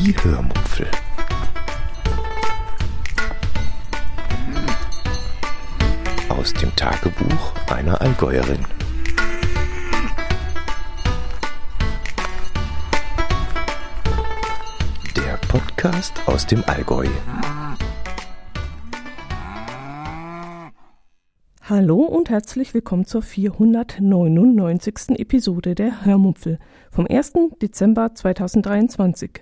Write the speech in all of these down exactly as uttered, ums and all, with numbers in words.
Die Hörmupfel. Aus dem Tagebuch einer Allgäuerin. Der Podcast aus dem Allgäu. Hallo und herzlich willkommen zur vierhundertneunundneunzigsten Episode der Hörmupfel vom ersten Dezember zweitausenddreiundzwanzig.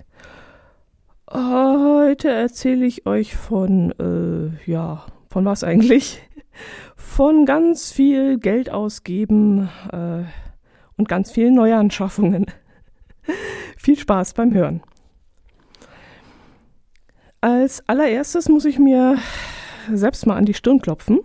Heute erzähle ich euch von, äh, ja, von was eigentlich? Von ganz viel Geld ausgeben äh, und ganz vielen Neuanschaffungen. Viel Spaß beim Hören. Als allererstes muss ich mir selbst mal an die Stirn klopfen.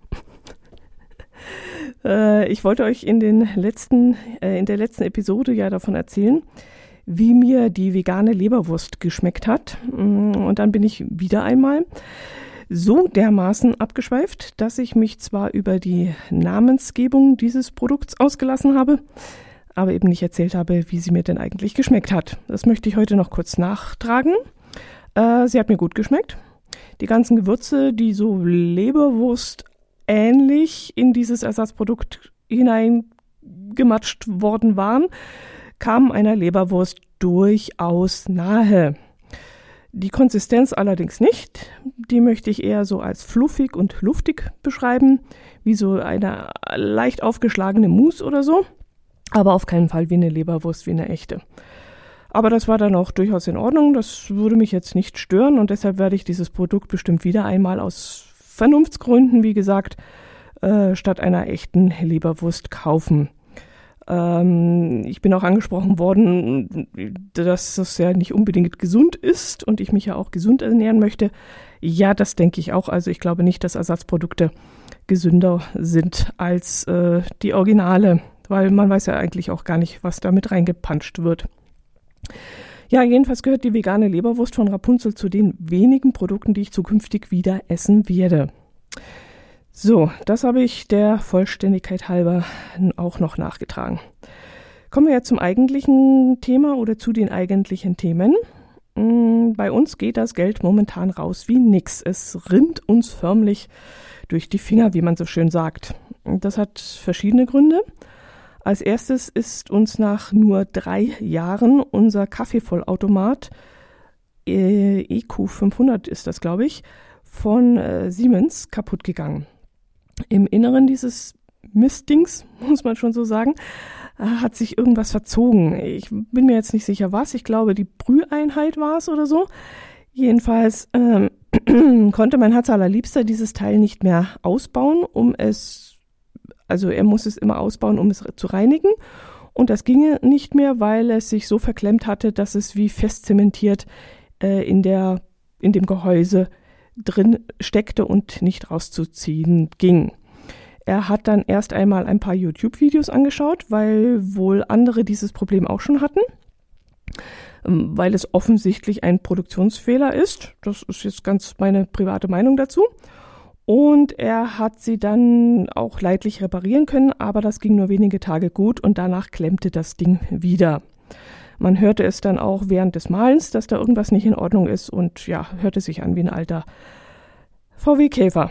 äh, ich wollte euch in, den letzten, äh, in der letzten Episode ja davon erzählen, wie mir die vegane Leberwurst geschmeckt hat. Und dann bin ich wieder einmal so dermaßen abgeschweift, dass ich mich zwar über die Namensgebung dieses Produkts ausgelassen habe, aber eben nicht erzählt habe, wie sie mir denn eigentlich geschmeckt hat. Das möchte ich heute noch kurz nachtragen. Äh, sie hat mir gut geschmeckt. Die ganzen Gewürze, die so Leberwurst ähnlich in dieses Ersatzprodukt hineingematscht worden waren, kamen einer Leberwurst durchaus nahe. Die Konsistenz allerdings nicht. Die möchte ich eher so als fluffig und luftig beschreiben, wie so eine leicht aufgeschlagene Mousse oder so, aber auf keinen Fall wie eine Leberwurst, wie eine echte. Aber das war dann auch durchaus in Ordnung, das würde mich jetzt nicht stören und deshalb werde ich dieses Produkt bestimmt wieder einmal aus Vernunftsgründen, wie gesagt, äh, statt einer echten Leberwurst kaufen. Ähm, ich bin auch angesprochen worden, dass das ja nicht unbedingt gesund ist und ich mich ja auch gesund ernähren möchte. Ja, das denke ich auch. Also ich glaube nicht, dass Ersatzprodukte gesünder sind als äh, die Originale, weil man weiß ja eigentlich auch gar nicht, was da mit reingepanscht wird. Ja, jedenfalls gehört die vegane Leberwurst von Rapunzel zu den wenigen Produkten, die ich zukünftig wieder essen werde. So, das habe ich der Vollständigkeit halber auch noch nachgetragen. Kommen wir jetzt zum eigentlichen Thema oder zu den eigentlichen Themen. Bei uns geht das Geld momentan raus wie nix. Es rinnt uns förmlich durch die Finger, wie man so schön sagt. Das hat verschiedene Gründe. Als erstes ist uns nach nur drei Jahren unser Kaffeevollautomat, äh, E Q fünfhundert ist das, glaube ich, von äh, Siemens kaputt gegangen. Im Inneren dieses Mistdings, muss man schon so sagen, hat sich irgendwas verzogen. Ich bin mir jetzt nicht sicher, was. Ich glaube, die Brüheinheit war es oder so. Jedenfalls ähm, konnte mein Herz allerliebster dieses Teil nicht mehr ausbauen, um es Also er muss es immer ausbauen, um es zu reinigen. Und das ginge nicht mehr, weil es sich so verklemmt hatte, dass es wie fest zementiert äh, in, der, in dem Gehäuse drin steckte und nicht rauszuziehen ging. Er hat dann erst einmal ein paar YouTube-Videos angeschaut, weil wohl andere dieses Problem auch schon hatten, weil es offensichtlich ein Produktionsfehler ist. Das ist jetzt ganz meine private Meinung dazu. Und er hat sie dann auch leidlich reparieren können, aber das ging nur wenige Tage gut und danach klemmte das Ding wieder. Man hörte es dann auch während des Malens, dass da irgendwas nicht in Ordnung ist und ja, hörte sich an wie ein alter V W-Käfer.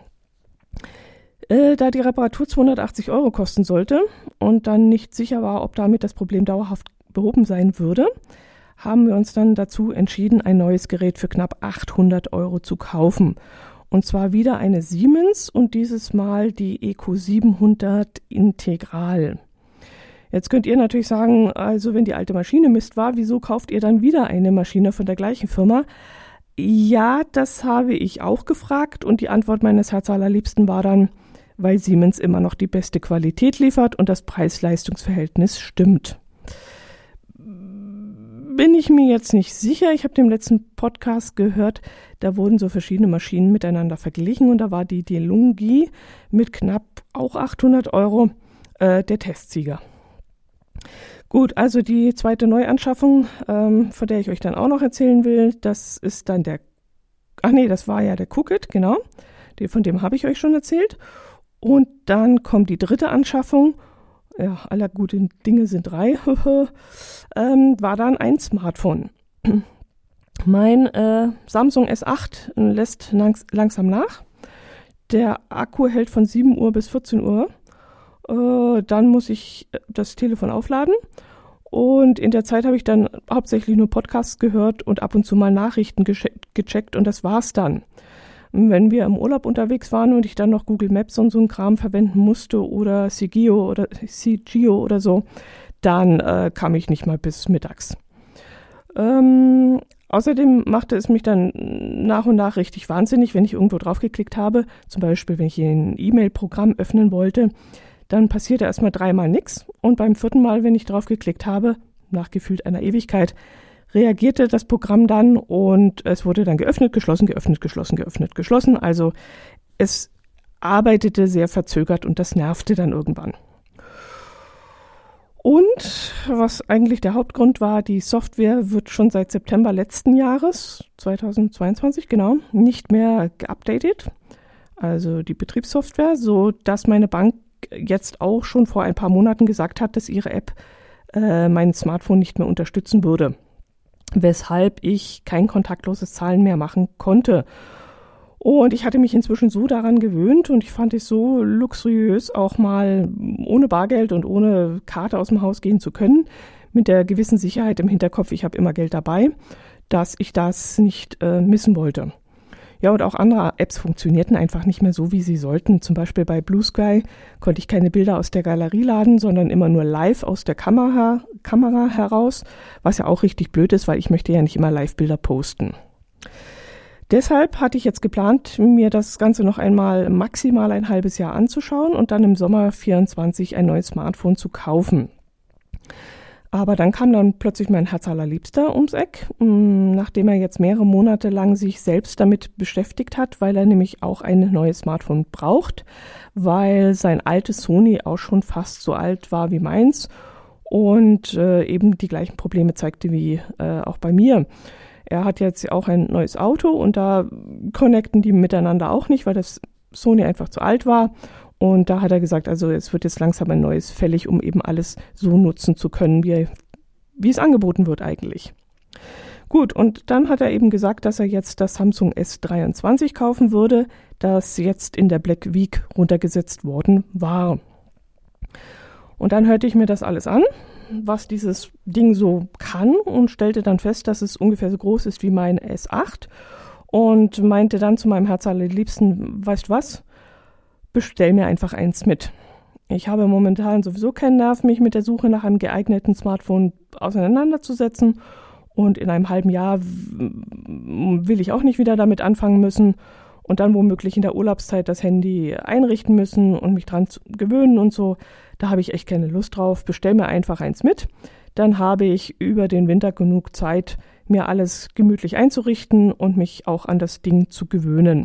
Äh, da die Reparatur zweihundertachtzig Euro kosten sollte und dann nicht sicher war, ob damit das Problem dauerhaft behoben sein würde, haben wir uns dann dazu entschieden, ein neues Gerät für knapp achthundert Euro zu kaufen. Und zwar wieder eine Siemens und dieses Mal die E Q siebenhundert Integral. Jetzt könnt ihr natürlich sagen, also wenn die alte Maschine Mist war, wieso kauft ihr dann wieder eine Maschine von der gleichen Firma? Ja, das habe ich auch gefragt und die Antwort meines Herzallerliebsten war dann, weil Siemens immer noch die beste Qualität liefert und das Preis-Leistungs-Verhältnis stimmt. Bin ich mir jetzt nicht sicher. Ich habe den letzten Podcast gehört, da wurden so verschiedene Maschinen miteinander verglichen und da war die DeLonghi mit knapp auch achthundert Euro äh, der Testsieger. Gut, also die zweite Neuanschaffung, ähm, von der ich euch dann auch noch erzählen will, das ist dann der, ach nee, das war ja der Cookit, genau, die, von dem habe ich euch schon erzählt. Und dann kommt die dritte Anschaffung, ja, aller guten Dinge sind drei, ähm, war dann ein Smartphone. Mein äh, Samsung S acht lässt langs- langsam nach. Der Akku hält von sieben Uhr bis vierzehn Uhr. Äh, dann muss ich das Telefon aufladen. Und in der Zeit habe ich dann hauptsächlich nur Podcasts gehört und ab und zu mal Nachrichten gesche- gecheckt und das war's dann. Wenn wir im Urlaub unterwegs waren und ich dann noch Google Maps und so einen Kram verwenden musste oder Cgeo oder Cgeo oder so, dann äh, kam ich nicht mal bis mittags. Ähm, außerdem machte es mich dann nach und nach richtig wahnsinnig, wenn ich irgendwo draufgeklickt habe, zum Beispiel wenn ich ein E-Mail-Programm öffnen wollte, dann passierte erstmal dreimal nichts und beim vierten Mal, wenn ich draufgeklickt habe, nach gefühlt einer Ewigkeit, reagierte das Programm dann und es wurde dann geöffnet, geschlossen, geöffnet, geschlossen, geöffnet, geschlossen. Also es arbeitete sehr verzögert und das nervte dann irgendwann. Und was eigentlich der Hauptgrund war, die Software wird schon seit September letzten Jahres, zweitausendzweiundzwanzig genau, nicht mehr geupdatet. Also die Betriebssoftware, so dass meine Bank jetzt auch schon vor ein paar Monaten gesagt hat, dass ihre App äh, mein Smartphone nicht mehr unterstützen würde. Weshalb ich kein kontaktloses Zahlen mehr machen konnte. Und ich hatte mich inzwischen so daran gewöhnt und ich fand es so luxuriös, auch mal ohne Bargeld und ohne Karte aus dem Haus gehen zu können, mit der gewissen Sicherheit im Hinterkopf, ich habe immer Geld dabei, dass ich das nicht äh, missen wollte. Ja, und auch andere Apps funktionierten einfach nicht mehr so, wie sie sollten. Zum Beispiel bei Blue Sky konnte ich keine Bilder aus der Galerie laden, sondern immer nur live aus der Kamera, Kamera heraus, was ja auch richtig blöd ist, weil ich möchte ja nicht immer Live-Bilder posten. Deshalb hatte ich jetzt geplant, mir das Ganze noch einmal maximal ein halbes Jahr anzuschauen und dann im Sommer vierundzwanzig ein neues Smartphone zu kaufen. Aber dann kam dann plötzlich mein Herz allerliebster ums Eck, nachdem er jetzt mehrere Monate lang sich selbst damit beschäftigt hat, weil er nämlich auch ein neues Smartphone braucht, weil sein altes Sony auch schon fast so alt war wie meins und äh, eben die gleichen Probleme zeigte wie äh, auch bei mir. Er hat jetzt auch ein neues Auto und da connecten die miteinander auch nicht, weil das Sony einfach zu alt war. Und da hat er gesagt, also es wird jetzt langsam ein neues fällig, um eben alles so nutzen zu können, wie, wie es angeboten wird eigentlich. Gut, und dann hat er eben gesagt, dass er jetzt das Samsung S dreiundzwanzig kaufen würde, das jetzt in der Black Week runtergesetzt worden war. Und dann hörte ich mir das alles an, was dieses Ding so kann und stellte dann fest, dass es ungefähr so groß ist wie mein S acht und meinte dann zu meinem Herz allerliebsten, weißt du was? Bestell mir einfach eins mit. Ich habe momentan sowieso keinen Nerv, mich mit der Suche nach einem geeigneten Smartphone auseinanderzusetzen und in einem halben Jahr will ich auch nicht wieder damit anfangen müssen und dann womöglich in der Urlaubszeit das Handy einrichten müssen und mich dran zu gewöhnen und so. Da habe ich echt keine Lust drauf. Bestell mir einfach eins mit. Dann habe ich über den Winter genug Zeit, mir alles gemütlich einzurichten und mich auch an das Ding zu gewöhnen.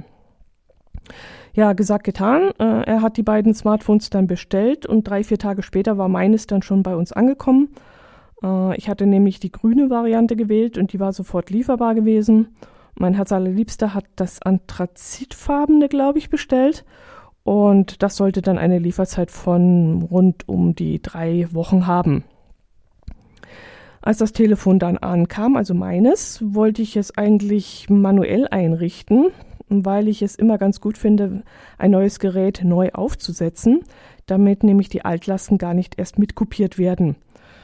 Ja, gesagt, getan. Äh, er hat die beiden Smartphones dann bestellt und drei, vier Tage später war meines dann schon bei uns angekommen. Äh, ich hatte nämlich die grüne Variante gewählt und die war sofort lieferbar gewesen. Mein Herz allerliebster hat das anthrazitfarbene, glaube ich, bestellt und das sollte dann eine Lieferzeit von rund um die drei Wochen haben. Als das Telefon dann ankam, also meines, wollte ich es eigentlich manuell einrichten, weil ich es immer ganz gut finde, ein neues Gerät neu aufzusetzen, damit nämlich die Altlasten gar nicht erst mitkopiert werden.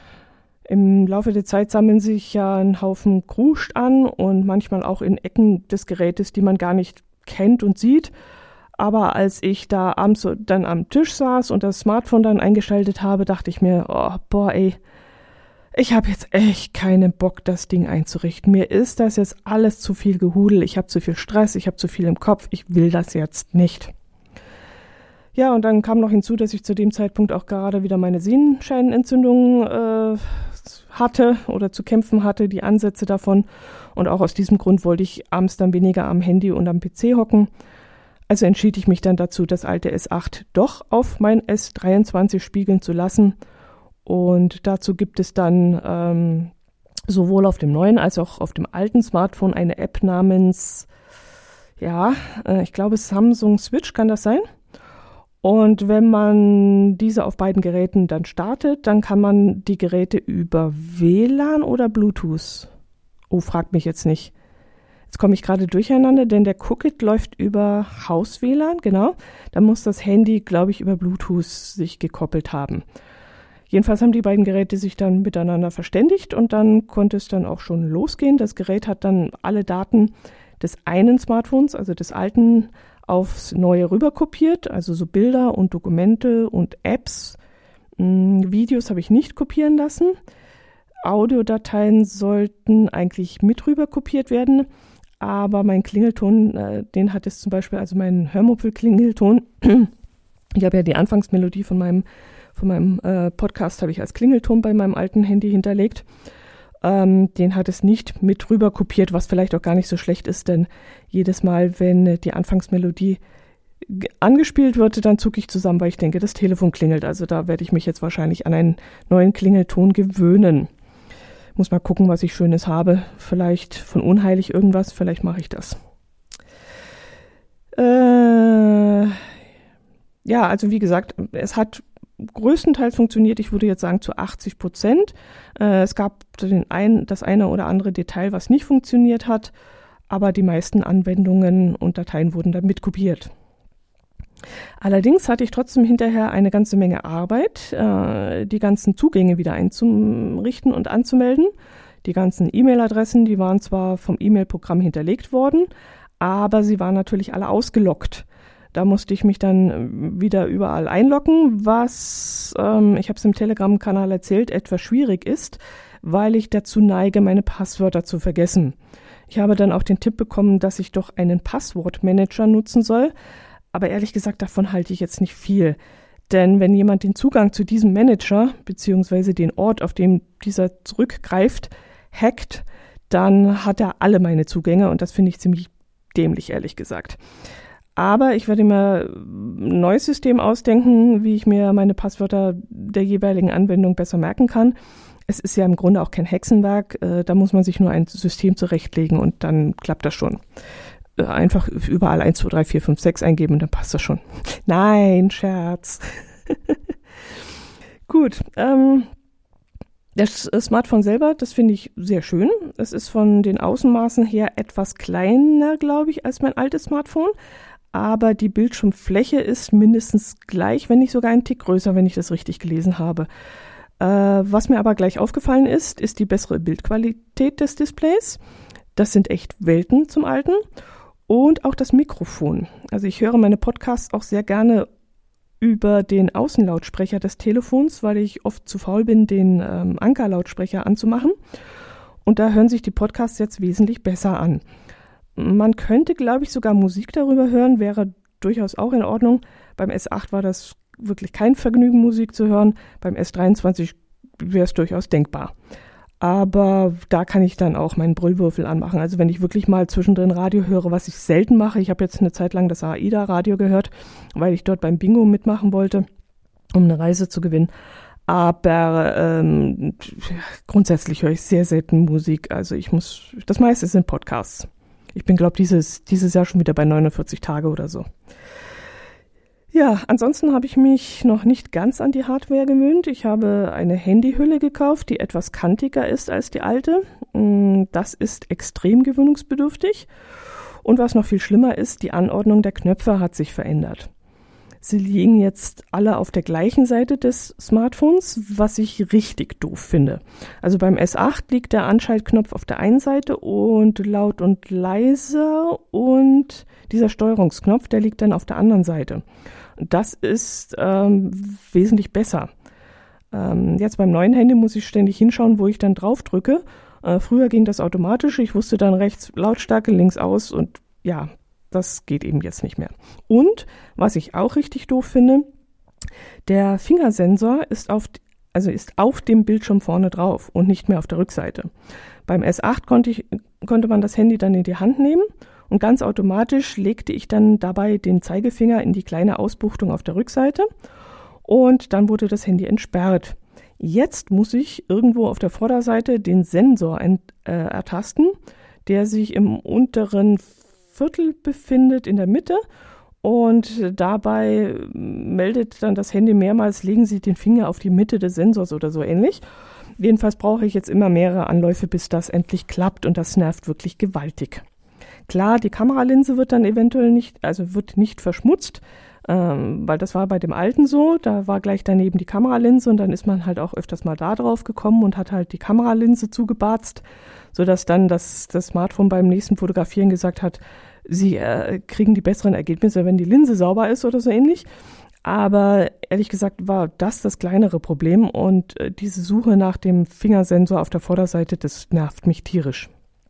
Im Laufe der Zeit sammeln sich ja ein Haufen Kruscht an und manchmal auch in Ecken des Gerätes, die man gar nicht kennt und sieht. Aber als ich da abends so dann am Tisch saß und das Smartphone dann eingeschaltet habe, dachte ich mir, oh, boah, ey, ich habe jetzt echt keinen Bock, das Ding einzurichten. Mir ist das jetzt alles zu viel Gehudel. Ich habe zu viel Stress, ich habe zu viel im Kopf. Ich will das jetzt nicht. Ja, und dann kam noch hinzu, dass ich zu dem Zeitpunkt auch gerade wieder meine Sehenscheinentzündung äh, hatte oder zu kämpfen hatte, die Ansätze davon. Und auch aus diesem Grund wollte ich abends dann weniger am Handy und am P C hocken. Also entschied ich mich dann dazu, das alte S acht doch auf mein S dreiundzwanzig spiegeln zu lassen. Und dazu gibt es dann ähm, sowohl auf dem neuen als auch auf dem alten Smartphone eine App namens, ja, äh, ich glaube Samsung Switch, kann das sein? Und wenn man diese auf beiden Geräten dann startet, dann kann man die Geräte über W L A N oder Bluetooth, oh, fragt mich jetzt nicht, Jetzt komme ich gerade durcheinander, denn der Cookit läuft über Haus-W L A N, genau. Da muss das Handy, glaube ich, über Bluetooth sich gekoppelt haben. Jedenfalls haben die beiden Geräte sich dann miteinander verständigt und dann konnte es dann auch schon losgehen. Das Gerät hat dann alle Daten des einen Smartphones, also des alten, aufs neue rüberkopiert, also so Bilder und Dokumente und Apps. Videos habe ich nicht kopieren lassen. Audiodateien sollten eigentlich mit rüber kopiert werden, aber mein Klingelton, äh, den hat es zum Beispiel, also mein Hörmupfel-Klingelton, ich habe ja die Anfangsmelodie von meinem, von meinem äh, Podcast, habe ich als Klingelton bei meinem alten Handy hinterlegt. Ähm, den hat es nicht mit rüber kopiert, was vielleicht auch gar nicht so schlecht ist, denn jedes Mal, wenn die Anfangsmelodie g- angespielt wird, dann zucke ich zusammen, weil ich denke, das Telefon klingelt. Also da werde ich mich jetzt wahrscheinlich an einen neuen Klingelton gewöhnen. Muss mal gucken, was ich Schönes habe. Vielleicht von unheilig irgendwas, vielleicht mache ich das. Äh, ja, also wie gesagt, es hat größtenteils funktioniert. Ich würde jetzt sagen zu achtzig Prozent. Äh, es gab den ein, das eine oder andere Detail, was nicht funktioniert hat, aber die meisten Anwendungen und Dateien wurden dann mitkopiert. Allerdings hatte ich trotzdem hinterher eine ganze Menge Arbeit, äh, die ganzen Zugänge wieder einzurichten und anzumelden. Die ganzen E-Mail-Adressen, die waren zwar vom E-Mail-Programm hinterlegt worden, aber sie waren natürlich alle ausgeloggt. Da musste ich mich dann wieder überall einloggen, was, ähm, ich habe es im Telegram-Kanal erzählt, etwas schwierig ist, weil ich dazu neige, meine Passwörter zu vergessen. Ich habe dann auch den Tipp bekommen, dass ich doch einen Passwortmanager nutzen soll, aber ehrlich gesagt, davon halte ich jetzt nicht viel. Denn wenn jemand den Zugang zu diesem Manager beziehungsweise den Ort, auf dem dieser zurückgreift, hackt, dann hat er alle meine Zugänge und das finde ich ziemlich dämlich, ehrlich gesagt. Aber ich werde mir ein neues System ausdenken, wie ich mir meine Passwörter der jeweiligen Anwendung besser merken kann. Es ist ja im Grunde auch kein Hexenwerk, da muss man sich nur ein System zurechtlegen und dann klappt das schon. Einfach überall eins, zwei, drei, vier, fünf, sechs eingeben und dann passt das schon. Nein, Scherz. Gut, ähm, das Smartphone selber, das finde ich sehr schön. Es ist von den Außenmaßen her etwas kleiner, glaube ich, als mein altes Smartphone. Aber die Bildschirmfläche ist mindestens gleich, wenn nicht sogar einen Tick größer, wenn ich das richtig gelesen habe. Äh, was mir aber gleich aufgefallen ist, ist die bessere Bildqualität des Displays. Das sind echt Welten zum alten. Und auch das Mikrofon. Also ich höre meine Podcasts auch sehr gerne über den Außenlautsprecher des Telefons, weil ich oft zu faul bin, den ähm, Ankerlautsprecher anzumachen. Und da hören sich die Podcasts jetzt wesentlich besser an. Man könnte, glaube ich, sogar Musik darüber hören, wäre durchaus auch in Ordnung. Beim S acht war das wirklich kein Vergnügen, Musik zu hören. Beim S dreiundzwanzig wäre es durchaus denkbar. Aber da kann ich dann auch meinen Brüllwürfel anmachen. Also wenn ich wirklich mal zwischendrin Radio höre, was ich selten mache. Ich habe jetzt eine Zeit lang das AIDA-Radio gehört, weil ich dort beim Bingo mitmachen wollte, um eine Reise zu gewinnen. Aber ähm, grundsätzlich höre ich sehr selten Musik. Also ich muss, das meiste sind Podcasts. Ich bin, glaube ich, dieses, dieses Jahr schon wieder bei neunundvierzig Tage oder so. Ja, ansonsten habe ich mich noch nicht ganz an die Hardware gewöhnt. Ich habe eine Handyhülle gekauft, die etwas kantiger ist als die alte. Das ist extrem gewöhnungsbedürftig. Und was noch viel schlimmer ist, die Anordnung der Knöpfe hat sich verändert. Sie liegen jetzt alle auf der gleichen Seite des Smartphones, was ich richtig doof finde. Also beim S acht liegt der Anschaltknopf auf der einen Seite und laut und leiser und dieser Steuerungsknopf, der liegt dann auf der anderen Seite. Das ist ähm, wesentlich besser. Ähm, jetzt beim neuen Handy muss ich ständig hinschauen, wo ich dann drauf drücke. Äh, früher ging das automatisch. Ich wusste dann rechts Lautstärke, links aus und ja, das geht eben jetzt nicht mehr. Und was ich auch richtig doof finde, der Fingersensor ist auf, also ist auf dem Bildschirm vorne drauf und nicht mehr auf der Rückseite. Beim S acht konnte ich, konnte man das Handy dann in die Hand nehmen und ganz automatisch legte ich dann dabei den Zeigefinger in die kleine Ausbuchtung auf der Rückseite und dann wurde das Handy entsperrt. Jetzt muss ich irgendwo auf der Vorderseite den Sensor ent, äh, ertasten, der sich im unteren Viertel befindet, in der Mitte, und dabei meldet dann das Handy mehrmals, legen Sie den Finger auf die Mitte des Sensors oder so ähnlich. Jedenfalls brauche ich jetzt immer mehrere Anläufe, bis das endlich klappt und das nervt wirklich gewaltig. Klar, die Kameralinse wird dann eventuell nicht, also wird nicht verschmutzt, ähm, weil das war bei dem alten so, da war gleich daneben die Kameralinse und dann ist man halt auch öfters mal da drauf gekommen und hat halt die Kameralinse zugebarzt, sodass dann das, das Smartphone beim nächsten Fotografieren gesagt hat, sie äh, kriegen die besseren Ergebnisse, wenn die Linse sauber ist oder so ähnlich. Aber ehrlich gesagt war das das kleinere Problem und äh, diese Suche nach dem Fingersensor auf der Vorderseite, das nervt mich tierisch.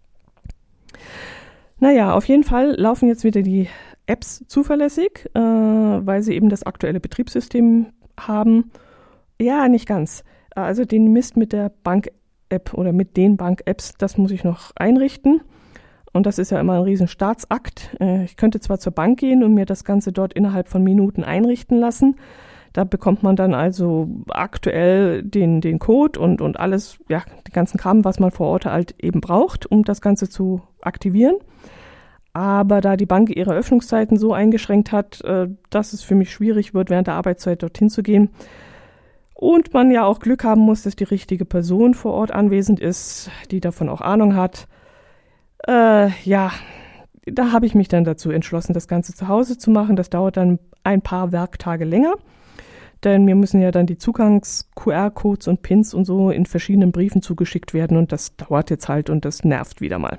Naja, auf jeden Fall laufen jetzt wieder die Apps zuverlässig, äh, weil sie eben das aktuelle Betriebssystem haben. Ja, nicht ganz. Also den Mist mit der Bank-App oder mit den Bank-Apps, das muss ich noch einrichten. Und das ist ja immer ein riesen Staatsakt. Äh, ich könnte zwar zur Bank gehen und mir das Ganze dort innerhalb von Minuten einrichten lassen. Da bekommt man dann also aktuell den, den Code und, und alles, ja, den ganzen Kram, was man vor Ort halt eben braucht, um das Ganze zu aktivieren. Aber da die Bank ihre Öffnungszeiten so eingeschränkt hat, äh, dass es für mich schwierig wird, während der Arbeitszeit dorthin zu gehen. Und man ja auch Glück haben muss, dass die richtige Person vor Ort anwesend ist, die davon auch Ahnung hat. Äh, ja, da habe ich mich dann dazu entschlossen, das Ganze zu Hause zu machen. Das dauert dann ein paar Werktage länger, denn mir müssen ja dann die Zugangs-Q R-Codes und Pins und so in verschiedenen Briefen zugeschickt werden und das dauert jetzt halt und das nervt wieder mal.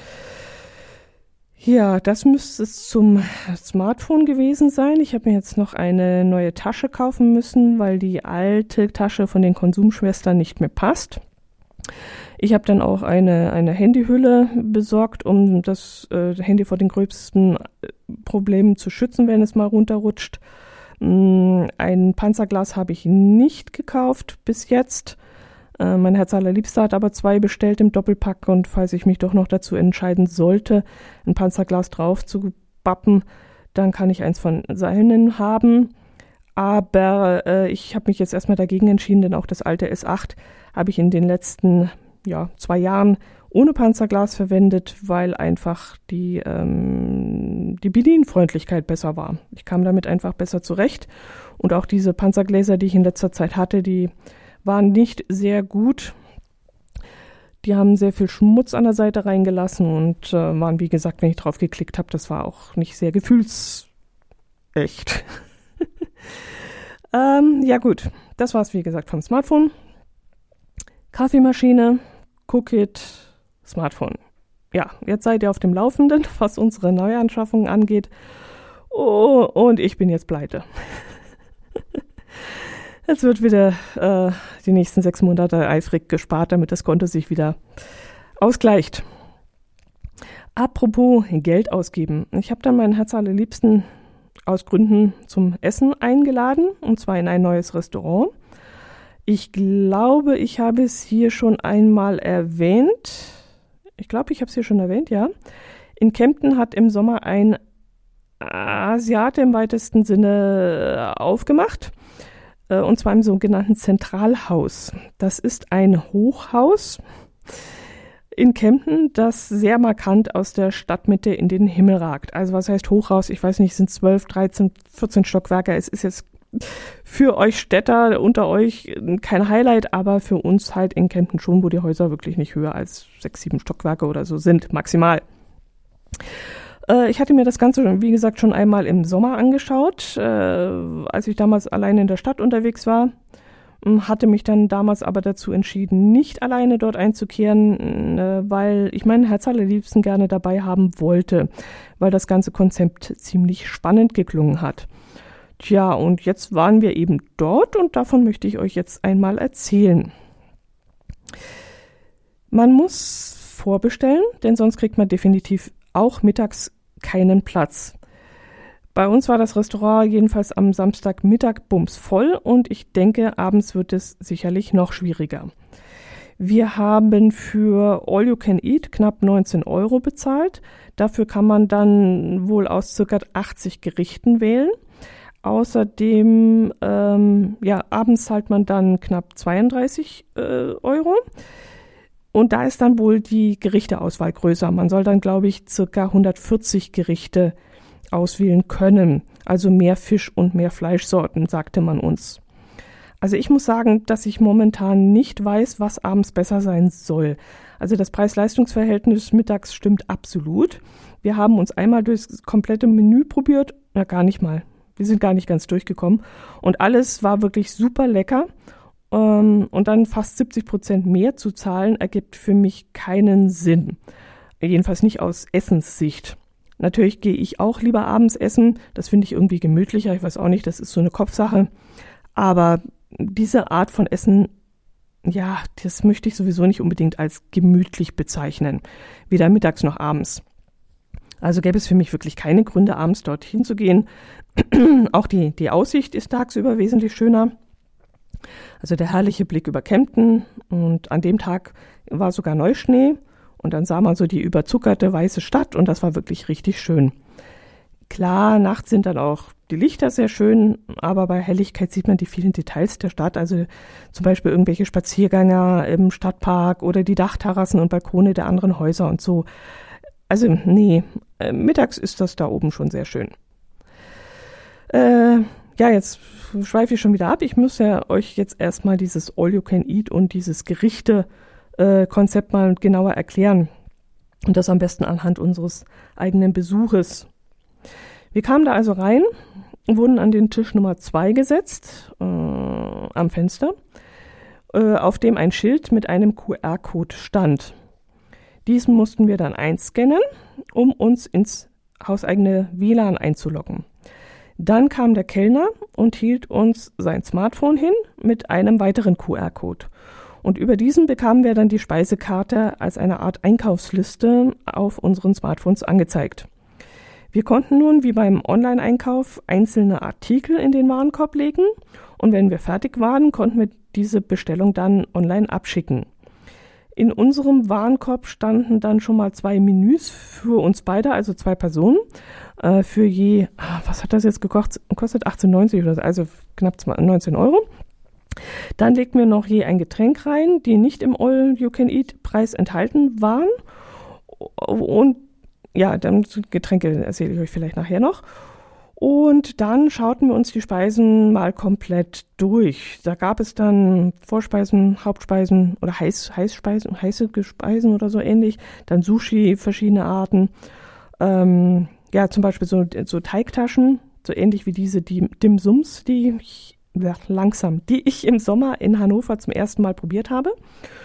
Ja, das müsste es zum Smartphone gewesen sein. Ich habe mir jetzt noch eine neue Tasche kaufen müssen, weil die alte Tasche von den Konsumschwestern nicht mehr passt. Ich habe dann auch eine, eine Handyhülle besorgt, um das äh, Handy vor den gröbsten Problemen zu schützen, wenn es mal runterrutscht. Ein Panzerglas habe ich nicht gekauft bis jetzt. Äh, mein Herz allerliebster hat aber zwei bestellt im Doppelpack und falls ich mich doch noch dazu entscheiden sollte, ein Panzerglas drauf zu bappen, dann kann ich eins von seinen haben. Aber äh, ich habe mich jetzt erstmal dagegen entschieden, denn auch das alte S acht habe ich in den letzten ja, zwei Jahren ohne Panzerglas verwendet, weil einfach die, ähm, die Bedienfreundlichkeit besser war. Ich kam damit einfach besser zurecht und auch diese Panzergläser, die ich in letzter Zeit hatte, die waren nicht sehr gut. Die haben sehr viel Schmutz an der Seite reingelassen und äh, waren, wie gesagt, wenn ich drauf geklickt habe, das war auch nicht sehr gefühlsecht. ähm, ja gut, das war's wie gesagt vom Smartphone. Kaffeemaschine, Cookit, Smartphone. Ja, jetzt seid ihr auf dem Laufenden, was unsere Neuanschaffungen angeht. Oh, und ich bin jetzt pleite. Jetzt wird wieder äh, die nächsten sechs Monate eifrig gespart, damit das Konto sich wieder ausgleicht. Apropos Geld ausgeben. Ich habe dann meinen Herz allerliebsten aus Gründen zum Essen eingeladen, und zwar in ein neues Restaurant. Ich glaube, ich habe es hier schon einmal erwähnt. Ich glaube, ich habe es hier schon erwähnt, ja. In Kempten hat im Sommer ein Asiate im weitesten Sinne aufgemacht. Und zwar im sogenannten Zentralhaus. Das ist ein Hochhaus in Kempten, das sehr markant aus der Stadtmitte in den Himmel ragt. Also was heißt Hochhaus? Ich weiß nicht, es sind zwölf, dreizehn, vierzehn Stockwerke. Es ist jetzt für euch Städter unter euch kein Highlight, aber für uns halt in Kempten schon, wo die Häuser wirklich nicht höher als sechs, sieben Stockwerke oder so sind, maximal. Äh, ich hatte mir das Ganze, wie gesagt, schon einmal im Sommer angeschaut, äh, als ich damals allein in der Stadt unterwegs war. Hatte mich dann damals aber dazu entschieden, nicht alleine dort einzukehren, äh, weil ich meinen Herz allerliebsten gerne dabei haben wollte, weil das ganze Konzept ziemlich spannend geklungen hat. Tja, und jetzt waren wir eben dort und davon möchte ich euch jetzt einmal erzählen. Man muss vorbestellen, denn sonst kriegt man definitiv auch mittags keinen Platz. Bei uns war das Restaurant jedenfalls am Samstagmittag bumsvoll und ich denke, abends wird es sicherlich noch schwieriger. Wir haben für All You Can Eat knapp neunzehn Euro bezahlt. Dafür kann man dann wohl aus ca. achtzig Gerichten wählen. Außerdem, ähm, ja, abends zahlt man dann knapp zweiunddreißig äh, Euro. Und da ist dann wohl die Gerichteauswahl größer. Man soll dann, glaube ich, ca. hundertvierzig Gerichte auswählen können. Also mehr Fisch und mehr Fleischsorten, sagte man uns. Also ich muss sagen, dass ich momentan nicht weiß, was abends besser sein soll. Also das Preis-Leistungs-Verhältnis mittags stimmt absolut. Wir haben uns einmal durchs komplette Menü probiert, na gar nicht mal. Wir sind gar nicht ganz durchgekommen. Und alles war wirklich super lecker. Und dann fast siebzig Prozent mehr zu zahlen, ergibt für mich keinen Sinn. Jedenfalls nicht aus Essenssicht. Natürlich gehe ich auch lieber abends essen. Das finde ich irgendwie gemütlicher. Ich weiß auch nicht, das ist so eine Kopfsache. Aber diese Art von Essen, ja, das möchte ich sowieso nicht unbedingt als gemütlich bezeichnen. Weder mittags noch abends. Also gäbe es für mich wirklich keine Gründe, abends dorthin zu gehen. Auch die, die Aussicht ist tagsüber wesentlich schöner. Also der herrliche Blick über Kempten, und an dem Tag war sogar Neuschnee und dann sah man so die überzuckerte weiße Stadt und das war wirklich richtig schön. Klar, nachts sind dann auch die Lichter sehr schön, aber bei Helligkeit sieht man die vielen Details der Stadt, also zum Beispiel irgendwelche Spaziergänger im Stadtpark oder die Dachterrassen und Balkone der anderen Häuser und so. Also nee, äh, mittags ist das da oben schon sehr schön. Äh, ja, jetzt schweife ich schon wieder ab. Ich muss ja euch jetzt erstmal dieses All You Can Eat und dieses Gerichte-Konzept mal genauer erklären. Und das am besten anhand unseres eigenen Besuches. Wir kamen da also rein, wurden an den Tisch Nummer zwei gesetzt, äh, am Fenster, äh, auf dem ein Schild mit einem Q R-Code stand. Diesen mussten wir dann einscannen, um uns ins hauseigene W L A N einzuloggen. Dann kam der Kellner und hielt uns sein Smartphone hin mit einem weiteren Q R-Code. Und über diesen bekamen wir dann die Speisekarte als eine Art Einkaufsliste auf unseren Smartphones angezeigt. Wir konnten nun wie beim Online-Einkauf einzelne Artikel in den Warenkorb legen und wenn wir fertig waren, konnten wir diese Bestellung dann online abschicken. In unserem Warenkorb standen dann schon mal zwei Menüs für uns beide, also zwei Personen, äh, für je, was hat das jetzt gekostet? Kostet achtzehn neunzig oder so, also knapp neunzehn Euro. Dann legten wir noch je ein Getränk rein, die nicht im All-You-Can-Eat-Preis enthalten waren. Und ja, dann Getränke erzähle ich euch vielleicht nachher noch. Und dann schauten wir uns die Speisen mal komplett durch. Da gab es dann Vorspeisen, Hauptspeisen oder Heiß, Heißspeisen, heiße Speisen oder so ähnlich. Dann Sushi, verschiedene Arten. Ähm, ja, zum Beispiel so, so Teigtaschen, so ähnlich wie diese die Dim Sums, die ich, ja, langsam, die ich im Sommer in Hannover zum ersten Mal probiert habe.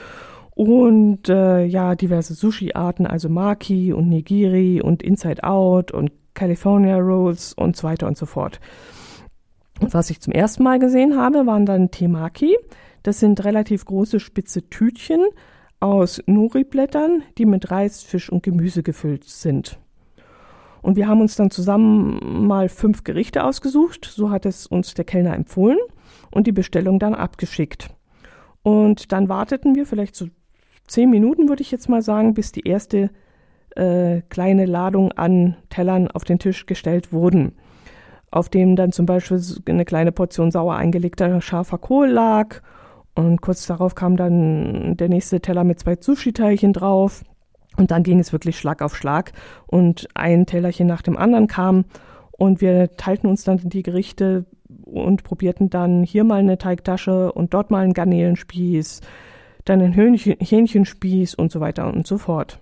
Und äh, ja, diverse Sushi-Arten, also Maki und Nigiri und Inside Out und California Rolls und so weiter und so fort. Und was ich zum ersten Mal gesehen habe, waren dann Temaki. Das sind relativ große spitze Tütchen aus Nori-Blättern, die mit Reis, Fisch und Gemüse gefüllt sind. Und wir haben uns dann zusammen mal fünf Gerichte ausgesucht. So hat es uns der Kellner empfohlen und die Bestellung dann abgeschickt. Und dann warteten wir vielleicht so zehn Minuten, würde ich jetzt mal sagen, bis die erste äh, kleine Ladung an Tellern auf den Tisch gestellt wurden, auf dem dann zum Beispiel eine kleine Portion sauer eingelegter scharfer Kohl lag und kurz darauf kam dann der nächste Teller mit zwei Sushi-Teilchen drauf und dann ging es wirklich Schlag auf Schlag und ein Tellerchen nach dem anderen kam und wir teilten uns dann die Gerichte und probierten dann hier mal eine Teigtasche und dort mal einen Garnelenspieß, dann einen Hähnchen, Hähnchenspieß und so weiter und so fort.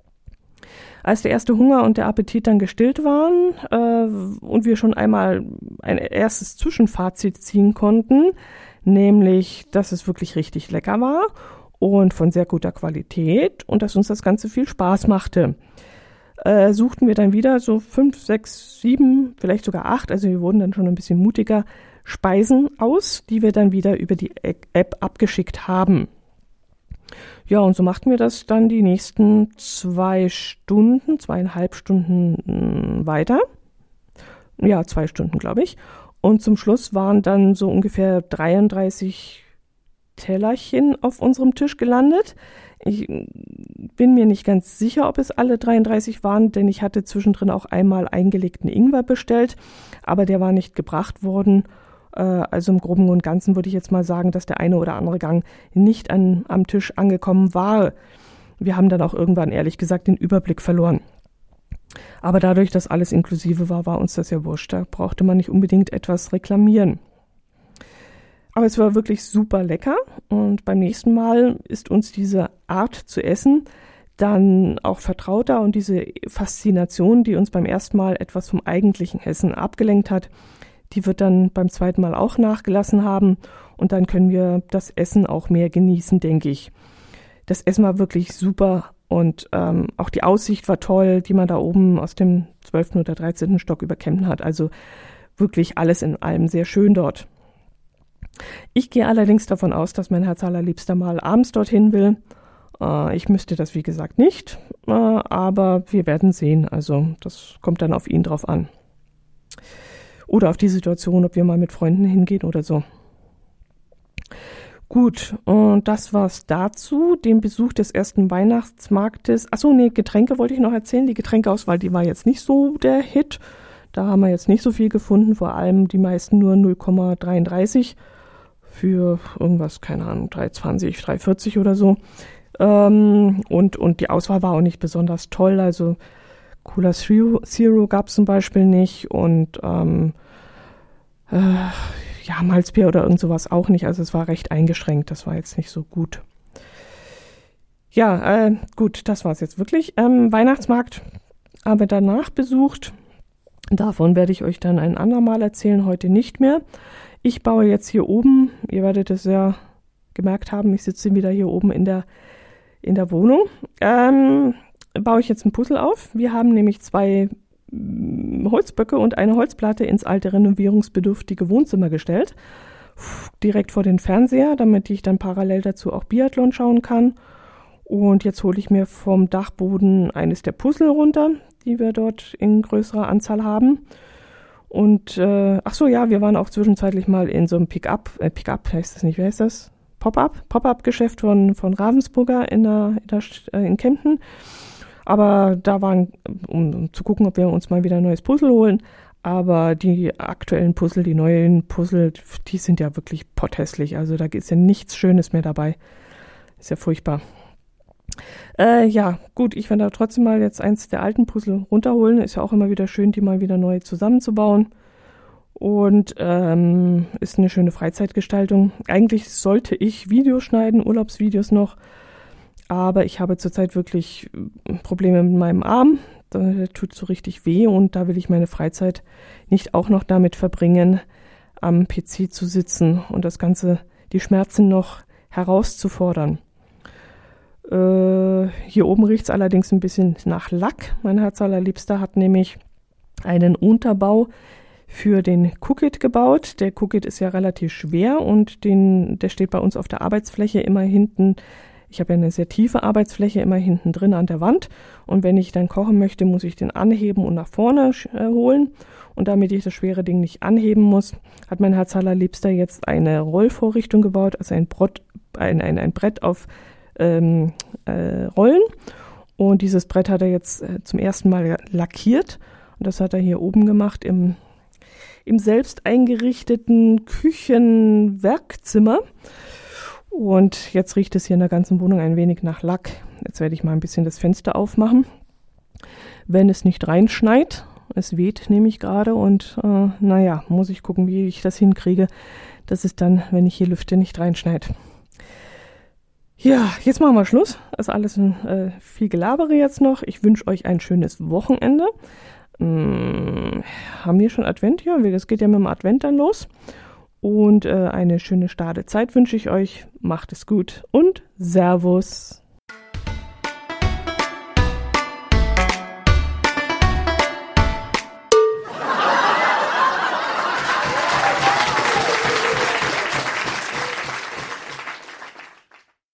Als der erste Hunger und der Appetit dann gestillt waren äh, und wir schon einmal ein erstes Zwischenfazit ziehen konnten, nämlich, dass es wirklich richtig lecker war und von sehr guter Qualität und dass uns das Ganze viel Spaß machte, äh, suchten wir dann wieder so fünf, sechs, sieben, vielleicht sogar acht, also wir wurden dann schon ein bisschen mutiger, Speisen aus, die wir dann wieder über die App abgeschickt haben. Ja, und so machten wir das dann die nächsten zwei Stunden, zweieinhalb Stunden weiter. Ja, zwei Stunden, glaube ich. Und zum Schluss waren dann so ungefähr dreiunddreißig Tellerchen auf unserem Tisch gelandet. Ich bin mir nicht ganz sicher, ob es alle dreiunddreißig waren, denn ich hatte zwischendrin auch einmal eingelegten Ingwer bestellt, aber der war nicht gebracht worden. Also im Groben und Ganzen würde ich jetzt mal sagen, dass der eine oder andere Gang nicht an, am Tisch angekommen war. Wir haben dann auch irgendwann, ehrlich gesagt, den Überblick verloren. Aber dadurch, dass alles inklusive war, war uns das ja wurscht. Da brauchte man nicht unbedingt etwas reklamieren. Aber es war wirklich super lecker und beim nächsten Mal ist uns diese Art zu essen dann auch vertrauter und diese Faszination, die uns beim ersten Mal etwas vom eigentlichen Essen abgelenkt hat, die wird dann beim zweiten Mal auch nachgelassen haben und dann können wir das Essen auch mehr genießen, denke ich. Das Essen war wirklich super und ähm, auch die Aussicht war toll, die man da oben aus dem zwölften oder dreizehnten Stock über Kempten hat. Also wirklich alles in allem sehr schön dort. Ich gehe allerdings davon aus, dass mein Herz allerliebster mal abends dorthin will. Äh, ich müsste das wie gesagt nicht, äh, aber wir werden sehen. Also das kommt dann auf ihn drauf an. Oder auf die Situation, ob wir mal mit Freunden hingehen oder so. Gut, und das war's dazu. Den Besuch des ersten Weihnachtsmarktes. Achso, nee, Getränke wollte ich noch erzählen. Die Getränkeauswahl, die war jetzt nicht so der Hit. Da haben wir jetzt nicht so viel gefunden. Vor allem die meisten nur null Komma dreiunddreißig für irgendwas, keine Ahnung, drei zwanzig, drei vierzig oder so. Ähm, und, und die Auswahl war auch nicht besonders toll. Also Cola Zero, Zero gab es zum Beispiel nicht und ähm, äh, ja, Malzbier oder irgend sowas auch nicht. Also es war recht eingeschränkt, das war jetzt nicht so gut. Ja, äh, gut, das war es jetzt wirklich. Ähm, Weihnachtsmarkt habe danach besucht. Davon werde ich euch dann ein andermal erzählen, heute nicht mehr. Ich baue jetzt hier oben, ihr werdet es ja gemerkt haben, ich sitze wieder hier oben in der, in der Wohnung. Ähm, baue ich jetzt ein Puzzle auf. Wir haben nämlich zwei Holzböcke und eine Holzplatte ins alte renovierungsbedürftige Wohnzimmer gestellt, direkt vor den Fernseher, damit ich dann parallel dazu auch Biathlon schauen kann. Und jetzt hole ich mir vom Dachboden eines der Puzzle runter, die wir dort in größerer Anzahl haben. Und äh, ach so, ja, wir waren auch zwischenzeitlich mal in so einem Pick-up, äh, Pick-up heißt das nicht, wie heißt das? Pop-up, Pop-up-Geschäft von von Ravensburger in der, in, der, äh, in Kempten. Aber da waren, um, um zu gucken, ob wir uns mal wieder ein neues Puzzle holen. Aber die aktuellen Puzzle, die neuen Puzzle, die sind ja wirklich potthässlich. Also da ist ja nichts Schönes mehr dabei. Ist ja furchtbar. Äh, ja, gut, ich werde da trotzdem mal jetzt eins der alten Puzzle runterholen. Ist ja auch immer wieder schön, die mal wieder neu zusammenzubauen. Und ähm, ist eine schöne Freizeitgestaltung. Eigentlich sollte ich Videos schneiden, Urlaubsvideos noch. Aber ich habe zurzeit wirklich Probleme mit meinem Arm. Das tut so richtig weh und da will ich meine Freizeit nicht auch noch damit verbringen, am P C zu sitzen und das Ganze, die Schmerzen noch herauszufordern. Äh, hier oben riecht es allerdings ein bisschen nach Lack. Mein Herz allerliebster hat nämlich einen Unterbau für den Cookit gebaut. Der Cookit ist ja relativ schwer und den, der steht bei uns auf der Arbeitsfläche immer hinten. Ich habe ja eine sehr tiefe Arbeitsfläche immer hinten drin an der Wand und wenn ich dann kochen möchte, muss ich den anheben und nach vorne äh, holen. Und damit ich das schwere Ding nicht anheben muss, hat mein Herz allerliebster jetzt eine Rollvorrichtung gebaut, also ein, Brot, ein, ein, ein Brett auf ähm, äh, Rollen. Und dieses Brett hat er jetzt äh, zum ersten Mal lackiert und das hat er hier oben gemacht im, im selbst eingerichteten Küchenwerkzimmer. Und jetzt riecht es hier in der ganzen Wohnung ein wenig nach Lack. Jetzt werde ich mal ein bisschen das Fenster aufmachen, wenn es nicht reinschneit. Es weht nämlich gerade und äh, naja, muss ich gucken, wie ich das hinkriege, dass es dann, wenn ich hier lüfte, nicht reinschneit. Ja, jetzt machen wir Schluss. Das ist alles ein, äh, viel Gelabere jetzt noch. Ich wünsche euch ein schönes Wochenende. Hm, haben wir schon Advent? Ja, das geht ja mit dem Advent dann los. Und äh, eine schöne Stadezeit wünsche ich euch. Macht es gut und Servus.